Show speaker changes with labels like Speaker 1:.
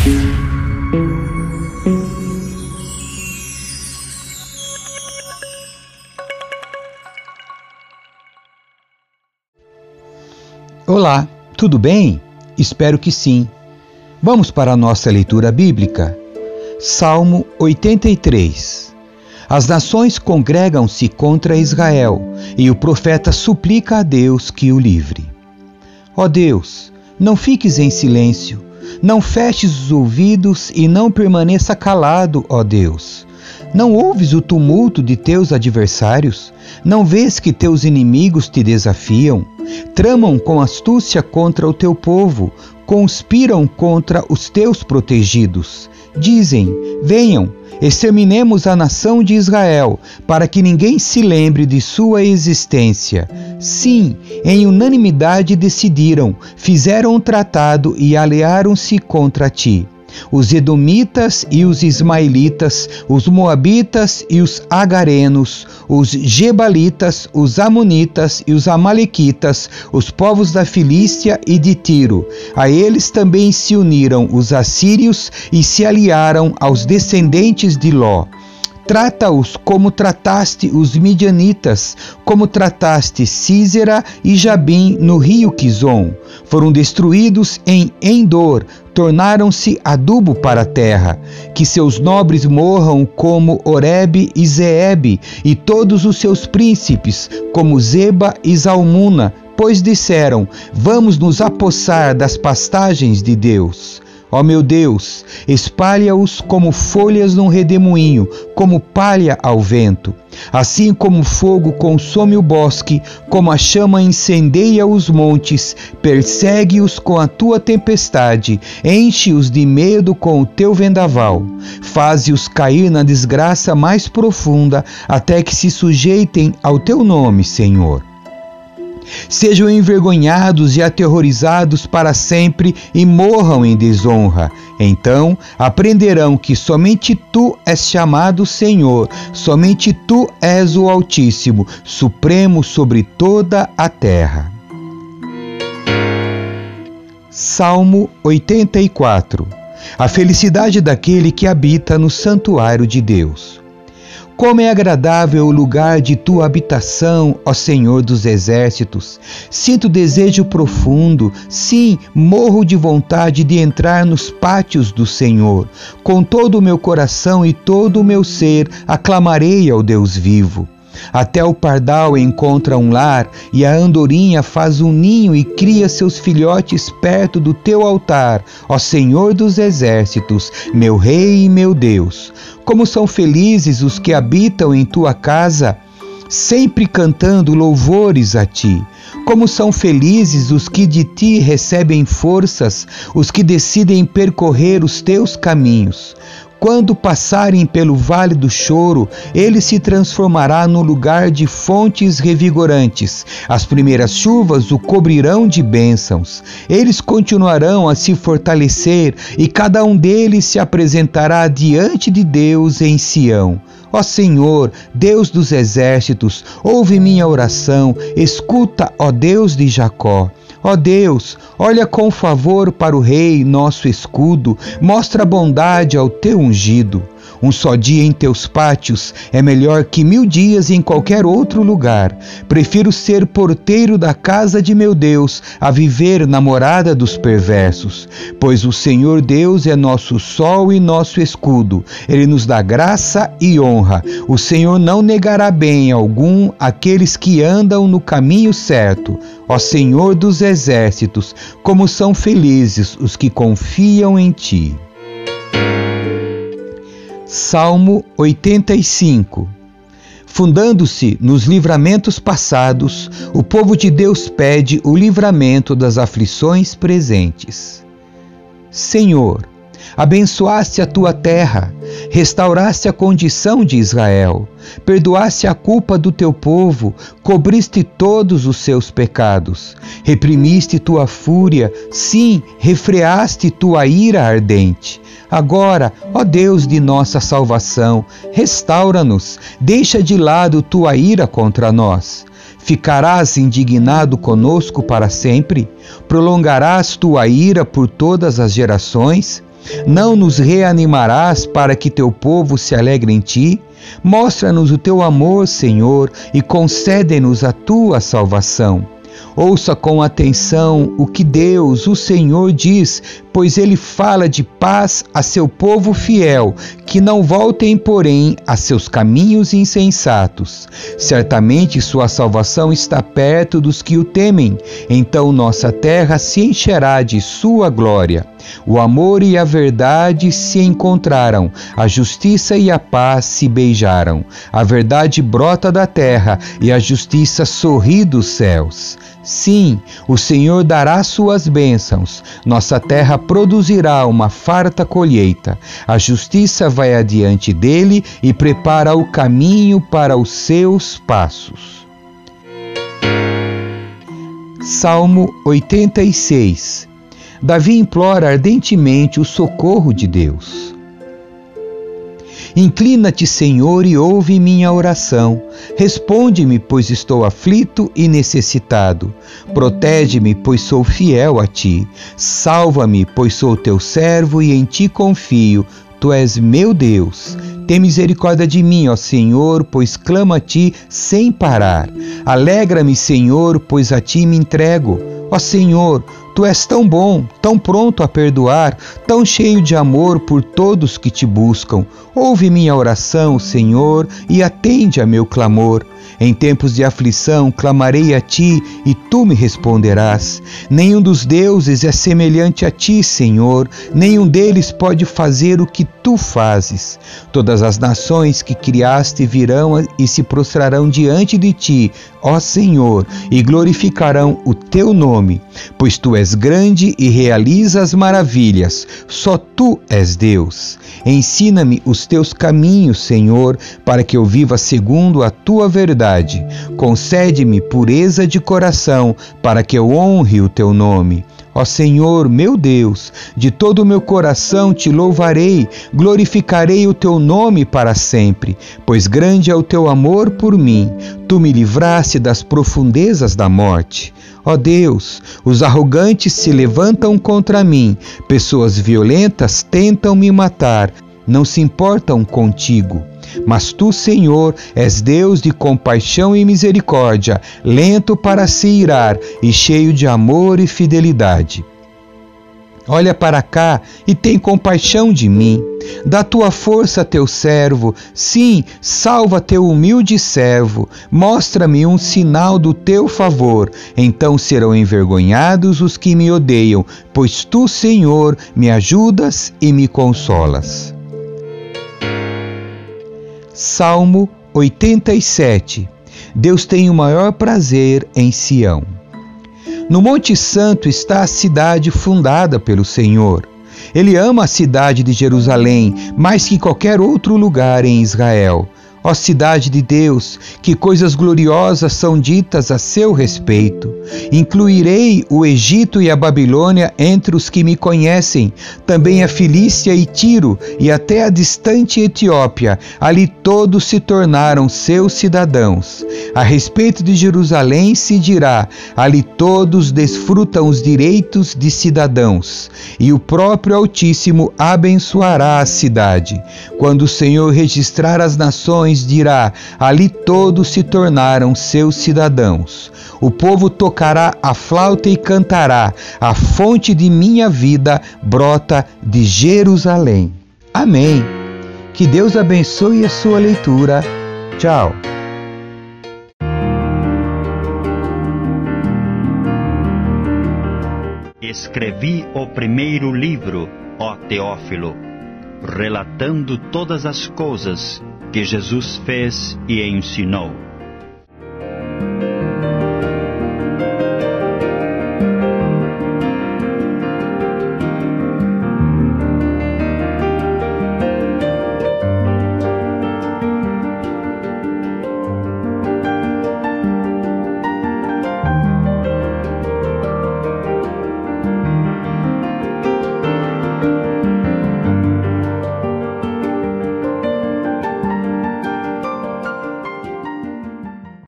Speaker 1: Olá, tudo bem? Espero que sim. Vamos para a nossa leitura bíblica. Salmo 83. As nações congregam-se contra Israel, e o profeta suplica a Deus que o livre. Ó Deus, não fiques em silêncio, não feches os ouvidos e não permaneça calado, ó Deus. Não ouves o tumulto de teus adversários? Não vês que teus inimigos te desafiam? Tramam com astúcia contra o teu povo, conspiram contra os teus protegidos. Dizem: venham, exterminemos a nação de Israel, para que ninguém se lembre de sua existência. Sim, em unanimidade decidiram, fizeram um tratado e aliaram-se contra ti. Os edomitas e os ismaelitas, os moabitas e os agarenos, os gebalitas, os amonitas e os amalequitas, os povos da Filístia e de Tiro. A eles também se uniram os assírios e se aliaram aos descendentes de Ló. Trata-os como trataste os midianitas, como trataste Sísera e Jabim no rio Quizon. Foram destruídos em Endor, tornaram-se adubo para a terra. Que seus nobres morram como Oreb e Zeebe, e todos os seus príncipes, como Zeba e Zalmuna, pois disseram: vamos nos apossar das pastagens de Deus. Ó meu Deus, espalha-os como folhas num redemoinho, como palha ao vento. Assim como o fogo consome o bosque, como a chama incendeia os montes, persegue-os com a tua tempestade, enche-os de medo com o teu vendaval. Faze-os cair na desgraça mais profunda, até que se sujeitem ao teu nome, Senhor. Sejam envergonhados e aterrorizados para sempre e morram em desonra. Então aprenderão que somente tu és chamado Senhor, somente tu és o Altíssimo, supremo sobre toda a terra. Salmo 84. A felicidade daquele que habita no santuário de Deus. Como é agradável o lugar de tua habitação, ó Senhor dos exércitos. Sinto desejo profundo, sim, morro de vontade de entrar nos pátios do Senhor. Com todo o meu coração e todo o meu ser, aclamarei ao Deus vivo. Até o pardal encontra um lar, e a andorinha faz um ninho e cria seus filhotes perto do teu altar, ó Senhor dos exércitos, meu Rei e meu Deus. Como são felizes os que habitam em tua casa, sempre cantando louvores a ti. Como são felizes os que de ti recebem forças, os que decidem percorrer os teus caminhos. Quando passarem pelo vale do choro, ele se transformará no lugar de fontes revigorantes. As primeiras chuvas o cobrirão de bênçãos. Eles continuarão a se fortalecer e cada um deles se apresentará diante de Deus em Sião. Ó Senhor, Deus dos exércitos, ouve minha oração, escuta, ó Deus de Jacó. Ó Deus, olha com favor para o Rei, nosso escudo, mostra bondade ao teu ungido. Um só dia em teus pátios é melhor que 1000 dias em qualquer outro lugar. Prefiro ser porteiro da casa de meu Deus a viver na morada dos perversos. Pois o Senhor Deus é nosso sol e nosso escudo. Ele nos dá graça e honra. O Senhor não negará bem algum àqueles que andam no caminho certo. Ó Senhor dos exércitos, como são felizes os que confiam em ti. Salmo 85. Fundando-se nos livramentos passados, o povo de Deus pede o livramento das aflições presentes. Senhor, abençoaste a tua terra, restauraste a condição de Israel, perdoaste a culpa do teu povo, cobriste todos os seus pecados, reprimiste tua fúria, sim, refreaste tua ira ardente. Agora, ó Deus de nossa salvação, restaura-nos, deixa de lado tua ira contra nós. Ficarás indignado conosco para sempre? Prolongarás tua ira por todas as gerações? Não nos reanimarás para que teu povo se alegre em ti? Mostra-nos o teu amor, Senhor, e concede-nos a tua salvação. Ouça com atenção o que Deus, o Senhor, diz, pois Ele fala de paz a seu povo fiel, que não voltem, porém, a seus caminhos insensatos. Certamente sua salvação está perto dos que o temem, então nossa terra se encherá de sua glória. O amor e a verdade se encontraram, a justiça e a paz se beijaram. A verdade brota da terra e a justiça sorri dos céus. Sim, o Senhor dará suas bênçãos, nossa terra produzirá uma farta colheita. A justiça vai adiante dele e prepara o caminho para os seus passos. Salmo 86. Davi implora ardentemente o socorro de Deus. Inclina-te, Senhor, e ouve minha oração. Responde-me, pois estou aflito e necessitado. Protege-me, pois sou fiel a ti. Salva-me, pois sou teu servo e em ti confio. Tu és meu Deus. Tem misericórdia de mim, ó Senhor, pois clamo a ti sem parar. Alegra-me, Senhor, pois a ti me entrego. Ó Senhor, tu és tão bom, tão pronto a perdoar, tão cheio de amor por todos que te buscam. Ouve minha oração, Senhor, e atende a meu clamor. Em tempos de aflição clamarei a ti e tu me responderás. Nenhum dos deuses é semelhante a ti, Senhor, nenhum deles pode fazer o que tu fazes. Todas as nações que criaste virão e se prostrarão diante de ti, ó Senhor, e glorificarão o teu nome, pois tu és grande e realizas maravilhas. Só tu és Deus. Ensina-me os teus caminhos, Senhor, para que eu viva segundo a tua verdade. Concede-me pureza de coração, para que eu honre o teu nome. Ó Senhor, meu Deus, de todo o meu coração te louvarei, glorificarei o teu nome para sempre, pois grande é o teu amor por mim. Tu me livraste das profundezas da morte. Ó Deus, os arrogantes se levantam contra mim, pessoas violentas tentam me matar, não se importam contigo. Mas tu, Senhor, és Deus de compaixão e misericórdia, lento para se irar e cheio de amor e fidelidade. Olha para cá e tem compaixão de mim. Dá tua força a teu servo, sim, salva teu humilde servo. Mostra-me um sinal do teu favor, então serão envergonhados os que me odeiam, pois tu, Senhor, me ajudas e me consolas. Salmo 87. Deus tem o maior prazer em Sião. No Monte Santo está a cidade fundada pelo Senhor. Ele ama a cidade de Jerusalém mais que qualquer outro lugar em Israel. Ó cidade de Deus, que coisas gloriosas são ditas a seu respeito. Incluirei o Egito e a Babilônia entre os que me conhecem, também a Filístia e Tiro, e até a distante Etiópia. Ali todos se tornaram seus cidadãos. A respeito de Jerusalém se dirá: ali todos desfrutam os direitos de cidadãos. E o próprio Altíssimo abençoará a cidade. Quando o Senhor registrar as nações, dirá: ali todos se tornaram seus cidadãos. O povo tocará a flauta e cantará: a fonte de minha vida brota de Jerusalém. Amém. Que Deus abençoe a sua leitura. Tchau.
Speaker 2: Escrevi o primeiro livro, ó Teófilo, relatando todas as coisas que Jesus fez e ensinou,